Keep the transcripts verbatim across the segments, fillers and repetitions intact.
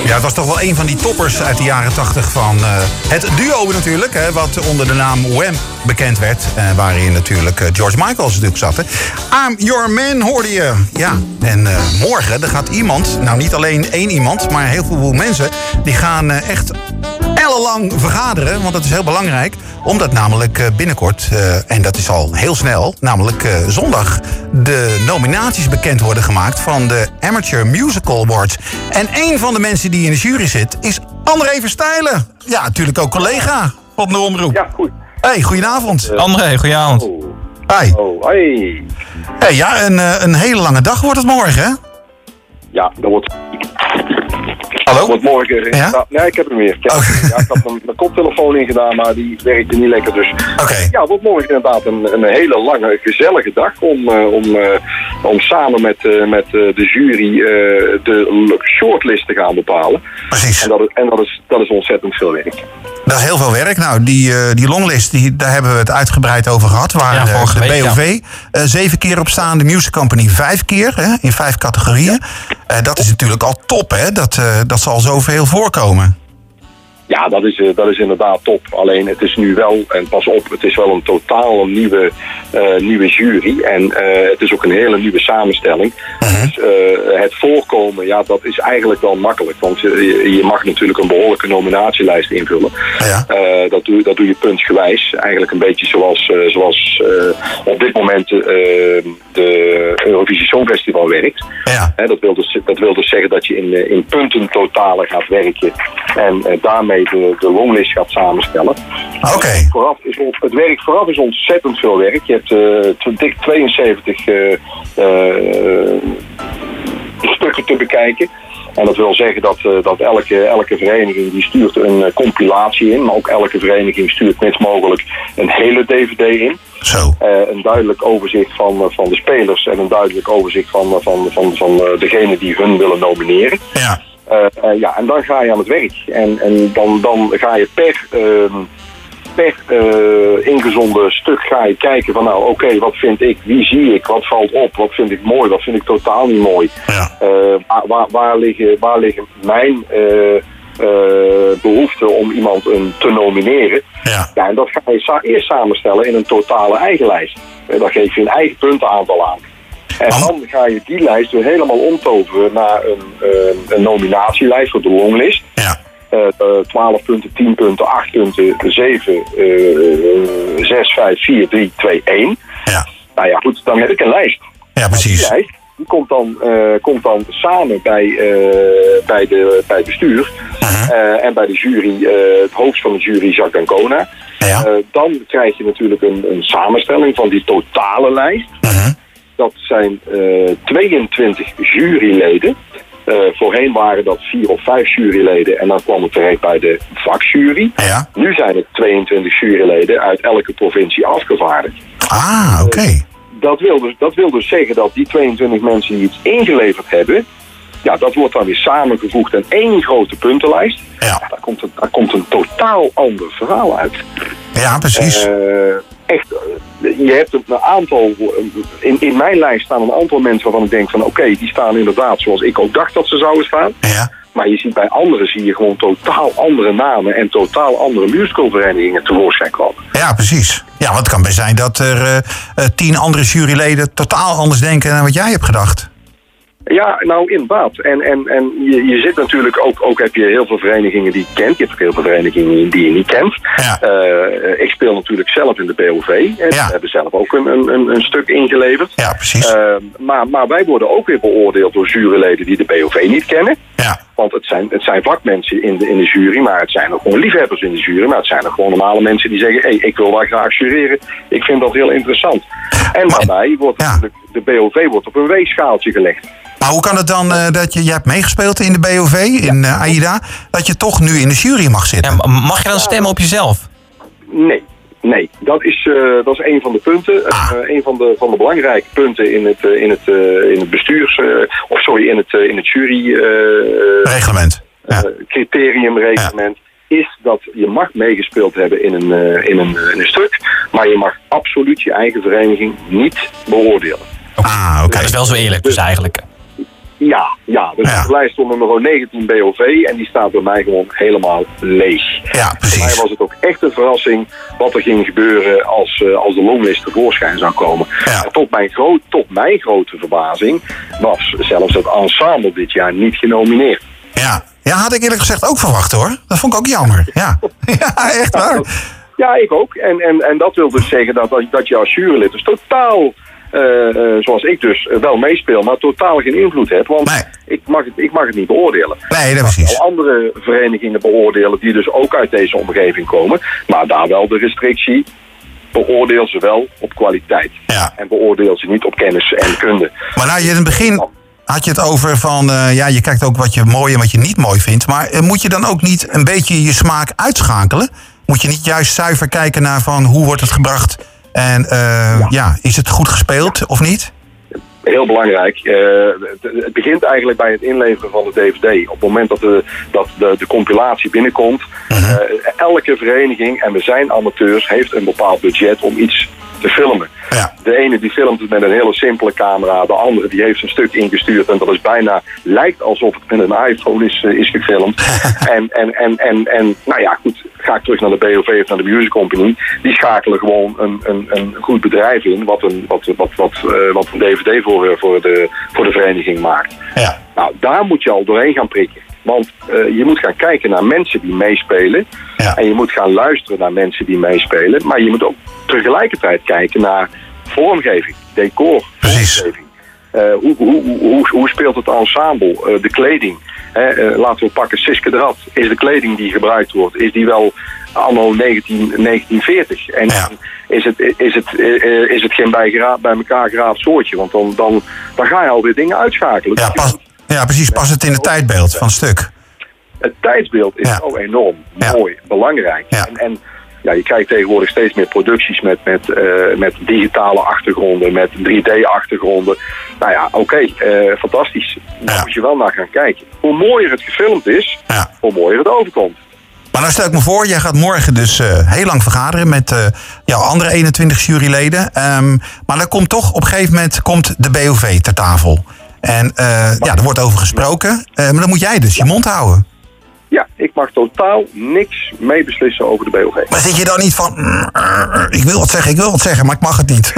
Ja, het was toch wel een van die toppers uit de jaren tachtig van uh, het duo natuurlijk, hè, wat onder de naam Wham bekend werd. Uh, waarin natuurlijk uh, George Michael natuurlijk zat. Hè. I'm Your Man hoorde je. Ja, en uh, morgen er gaat iemand, nou niet alleen één iemand, maar heel veel mensen, die gaan uh, echt ellenlang vergaderen, want dat is heel belangrijk. Omdat namelijk uh, binnenkort, uh, en dat is al heel snel, namelijk uh, zondag, de nominaties bekend worden gemaakt van de Amateur Musical Awards. En een van de mensen die in de jury zit is André Verstijlen. Ja, natuurlijk ook collega op de omroep. Ja, goed. Hey, goedenavond. Uh, André, goedenavond. Oh. Hey. Oh, hey. Hey, ja, een, een hele lange dag wordt het morgen, hè? Ja, dat wordt... Hallo? Wordt morgen... Ja? Nou, nee, ik heb hem weer. Ik, heb okay. hem, ja, ik had mijn, mijn koptelefoon ingedaan, maar die werkte niet lekker. Dus okay. ja, het wordt morgen inderdaad een, een hele lange, gezellige dag om, uh, om, uh, om samen met, uh, met uh, de jury uh, de shortlist te gaan bepalen. Precies. En, dat is, en dat, is, dat is ontzettend veel werk. Dat is heel veel werk. Nou, die, uh, die longlist, die, daar hebben we het uitgebreid over gehad. Waar ja, uh, de week, B O V ja. uh, zeven keer op staan, de Music Company vijf keer, hè, in vijf categorieën. Ja. Uh, dat is natuurlijk al top, hè? Dat, uh, dat zal zoveel voorkomen. Ja, dat is, uh, dat is inderdaad top. Alleen het is nu wel, en pas op, het is wel een totaal nieuwe, uh, nieuwe jury. En uh, het is ook een hele nieuwe samenstelling. Uh-huh. Dus uh, het voorkomen, ja, dat is eigenlijk wel makkelijk. Want uh, je, je mag natuurlijk een behoorlijke nominatielijst invullen. Ja. Uh, dat, doe, dat doe je puntsgewijs. Eigenlijk een beetje zoals, uh, zoals uh, op dit moment uh, de Eurovisie Songfestival werkt. Ja. Uh, dat, wil dus, dat wil dus zeggen dat je in, in punten totalen gaat werken. En uh, daarmee De, de longlist gaat samenstellen. Okay. Vooraf is, het werk vooraf is ontzettend veel werk. Je hebt uh, dik tweeënzeventig uh, uh, stukken te bekijken. En dat wil zeggen dat, uh, dat elke, elke vereniging die stuurt een uh, compilatie in. Maar ook elke vereniging stuurt net mogelijk een hele D V D in. Zo. Uh, een duidelijk overzicht van, uh, van de spelers en een duidelijk overzicht van, uh, van, van, van uh, degene die hun willen nomineren. Ja. Uh, uh, ja, en dan ga je aan het werk. En, en dan, dan ga je per, uh, per uh, ingezonden stuk ga je kijken van nou oké, okay, wat vind ik, wie zie ik, wat valt op, wat vind ik mooi, wat vind ik totaal niet mooi. Ja. Uh, waar, waar, liggen, waar liggen mijn uh, uh, behoeften om iemand um, te nomineren. Ja. Ja, en dat ga je sa- eerst samenstellen in een totale eigen lijst. Uh, dan geef je een eigen puntenaantal aan. En dan ga je die lijst weer helemaal omtoveren naar een, een, een nominatielijst voor de longlist. Ja. Uh, uh, twaalf punten, tien punten, acht punten, zeven, zes, vijf, vier, drie, twee, één. Ja. Nou ja, goed, dan heb ik een lijst. Ja, precies. Die lijst die komt, dan, uh, komt dan samen bij, uh, bij, de, bij het bestuur uh-huh. uh, en bij de jury, uh, het hoofd van de jury, Jacques d'Ancona. Ja. Uh, dan krijg je natuurlijk een, een samenstelling van die totale lijst. Uh-huh. Dat zijn uh, tweeëntwintig juryleden. Uh, voorheen waren dat vier of vijf juryleden en dan kwam het terecht bij de vakjury. Ja. Nu zijn het tweeëntwintig juryleden uit elke provincie afgevaardigd. Ah, oké. Okay. Uh, dat, wil dus, dat wil dus zeggen dat die tweeëntwintig mensen die iets ingeleverd hebben, ja, dat wordt dan weer samengevoegd in één grote puntenlijst. Ja. Ja, daar, komt een, daar komt een totaal ander verhaal uit. Ja, precies. Uh, echt, je hebt een aantal, in, in mijn lijst staan een aantal mensen waarvan ik denk van oké, okay, die staan inderdaad zoals ik ook dacht dat ze zouden staan. Ja. Maar je ziet bij anderen zie je gewoon totaal andere namen en totaal andere musicalverenigingen tevoorschijn komen. Ja, precies. Ja, want het kan best zijn dat er uh, uh, tien andere juryleden totaal anders denken dan wat jij hebt gedacht. Ja, nou inderdaad. En, en, en je, je zit natuurlijk ook, ook heb je heel veel verenigingen die je kent. Je hebt ook heel veel verenigingen die je niet kent. Ja. Uh, ik speel natuurlijk zelf in de B O V. En ja. We hebben zelf ook een, een, een stuk ingeleverd. Ja, precies. Uh, maar, maar wij worden ook weer beoordeeld door juryleden die de B O V niet kennen. Ja. Want het zijn, het zijn vakmensen in de, in de jury, maar het zijn ook gewoon liefhebbers in de jury. Maar het zijn ook gewoon normale mensen die zeggen, hé, hey, ik wil daar graag jureren. Ik vind dat heel interessant. En daarbij wordt ja. de, de B O V wordt op een weegschaaltje gelegd. Maar hoe kan het dan uh, dat je, je hebt meegespeeld in de B O V, in uh, AIDA, dat je toch nu in de jury mag zitten? Ja, mag je dan stemmen op jezelf? Nee, nee. Dat is, uh, dat is een van de punten. Ah. Uh, een van de, van de belangrijke punten in het, uh, in het, uh, in het bestuurs... Uh, of sorry, in het, uh, in het jury... Uh, reglement. Ja. Uh, criteriumreglement. Ja. Is dat je mag meegespeeld hebben in een, uh, in, een, uh, in een stuk, maar je mag absoluut je eigen vereniging niet beoordelen. Ah, oké. Okay. Dat is wel zo eerlijk dus eigenlijk. Ja, ja. Dus Ja. de lijst stond nummer negentien B O V en die staat bij mij gewoon helemaal leeg. Ja, Voor precies. mij was het ook echt een verrassing wat er ging gebeuren als, uh, als de longlist tevoorschijn zou komen. Ja. En tot mijn, groot, tot mijn grote verbazing was zelfs het ensemble dit jaar niet genomineerd. Ja. ja, had ik eerlijk gezegd ook verwacht hoor. Dat vond ik ook jammer. Ja, ja echt waar. Ja, ik ook. En, en, en dat wil dus zeggen dat, dat, dat je als jurylid dus totaal, uh, uh, zoals ik dus, uh, wel meespeel, maar totaal geen invloed hebt. Want Nee. ik, mag het, ik mag het niet beoordelen. Nee, dat precies. Al andere verenigingen beoordelen die dus ook uit deze omgeving komen. Maar daar wel de restrictie. Beoordeel ze wel op kwaliteit. Ja. En beoordeel ze niet op kennis en kunde. Maar nou, je in het begin had je het over van, uh, ja, je kijkt ook wat je mooi en wat je niet mooi vindt. Maar uh, moet je dan ook niet een beetje je smaak uitschakelen? Moet je niet juist zuiver kijken naar van hoe wordt het gebracht? En uh, ja. ja, is het goed gespeeld of niet? Heel belangrijk. Uh, het, het begint eigenlijk bij het inleveren van de D V D. Op het moment dat de, dat de, de compilatie binnenkomt, uh-huh. uh, elke vereniging, en we zijn amateurs, heeft een bepaald budget om iets te filmen. Ja. De ene die filmt het met een hele simpele camera, de andere die heeft een stuk ingestuurd en dat is bijna, lijkt alsof het met een iPhone is, uh, is gefilmd. en, en, en, en, en, nou ja, goed, ga ik terug naar de B O V of naar de Music Company, die schakelen gewoon een, een, een goed bedrijf in, wat een, wat, wat, wat, uh, wat een D V D voor, voor, de, voor de vereniging maakt. Ja. Nou, daar moet je al doorheen gaan prikken. Want uh, je moet gaan kijken naar mensen die meespelen. Ja. En je moet gaan luisteren naar mensen die meespelen. Maar je moet ook tegelijkertijd kijken naar vormgeving, decor, Precies. vormgeving. Uh, hoe, hoe, hoe, hoe speelt het ensemble, uh, de kleding? Uh, uh, laten we pakken Siske de Rad. Is de kleding die gebruikt wordt, is die wel anno negentien, negentien veertig? En Ja. is, het, is, het, uh, is het geen bij, gra- bij elkaar geraafd soortje? Want dan, dan, dan ga je alweer dingen uitschakelen. Ja, pas, ja, precies. Pas het in het tijdbeeld van het stuk. Het tijdsbeeld is Ja. zo enorm Ja. mooi, belangrijk. Ja. En, en ja, je krijgt tegenwoordig steeds meer producties met, met, uh, met digitale achtergronden, met drie D-achtergronden. Nou ja, oké, okay, uh, fantastisch. Daar Ja. moet je wel naar gaan kijken. Hoe mooier het gefilmd is, Ja. hoe mooier het overkomt. Maar nou stel ik me voor, jij gaat morgen dus uh, heel lang vergaderen met uh, jouw andere eenentwintig juryleden. Um, maar dan komt toch op een gegeven moment komt de B O V ter tafel. En uh, ja, er wordt over gesproken. Uh, maar dan moet jij dus je mond houden. Ja, ik mag totaal niks meebeslissen over de B O V. Maar zit je dan niet van, ik wil wat zeggen, ik wil wat zeggen, maar ik mag het niet?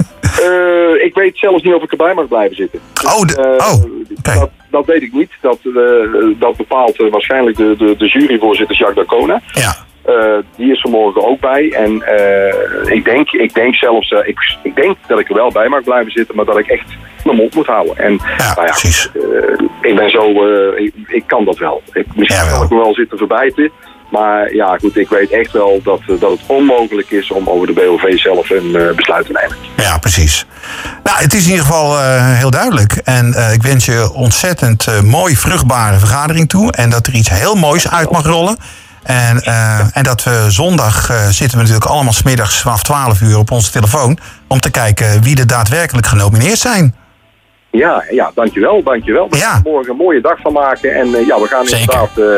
uh, ik weet zelfs niet of ik erbij mag blijven zitten. Oh, de, uh, oh okay. dat, dat weet ik niet. Dat, uh, dat bepaalt uh, waarschijnlijk de, de, de juryvoorzitter Jacques D'Arcona. Ja. Uh, die is er morgen ook bij. En uh, ik, denk, ik denk zelfs, uh, ik, ik denk dat ik er wel bij mag blijven zitten, maar dat ik echt mijn mond moet houden. En ja, nou ja, precies. Uh, ik ben zo, uh, ik, ik kan dat wel. Ik, misschien ja, wel. kan ik me wel zitten verbijten. Maar ja, goed, ik weet echt wel dat, dat het onmogelijk is om over de B O V zelf een uh, besluit te nemen. Ja, precies. Nou, het is in ieder geval uh, heel duidelijk. En uh, ik wens je ontzettend uh, mooi vruchtbare vergadering toe. En dat er iets heel moois uit mag rollen. En, uh, en dat we zondag uh, zitten we natuurlijk allemaal 's middags vanaf twaalf uur op onze telefoon. Om te kijken wie er daadwerkelijk genomineerd zijn. Ja, ja, dankjewel, dankjewel. We Ja. gaan er morgen een mooie dag van maken. En uh, ja, we gaan Zeker. inderdaad uh,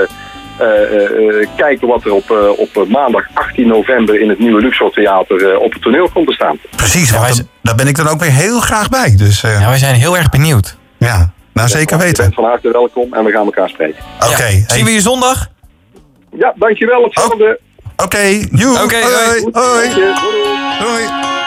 uh, uh, kijken wat er op, uh, op maandag achttien november in het nieuwe Luxor Theater uh, op het toneel komt te staan. Precies, Ja, want wij da- daar ben ik dan ook weer heel graag bij. Dus uh, Ja, wij zijn heel erg benieuwd. ja, nou zeker Je weten. bent van harte welkom en we gaan elkaar spreken. Oké, Ja. hey. Zien we je zondag? Ja, dankjewel, hetzelfde. Oké, joe. Oké, hoi. hoi. Hoi. Dank je. Doei, doei. Hoi.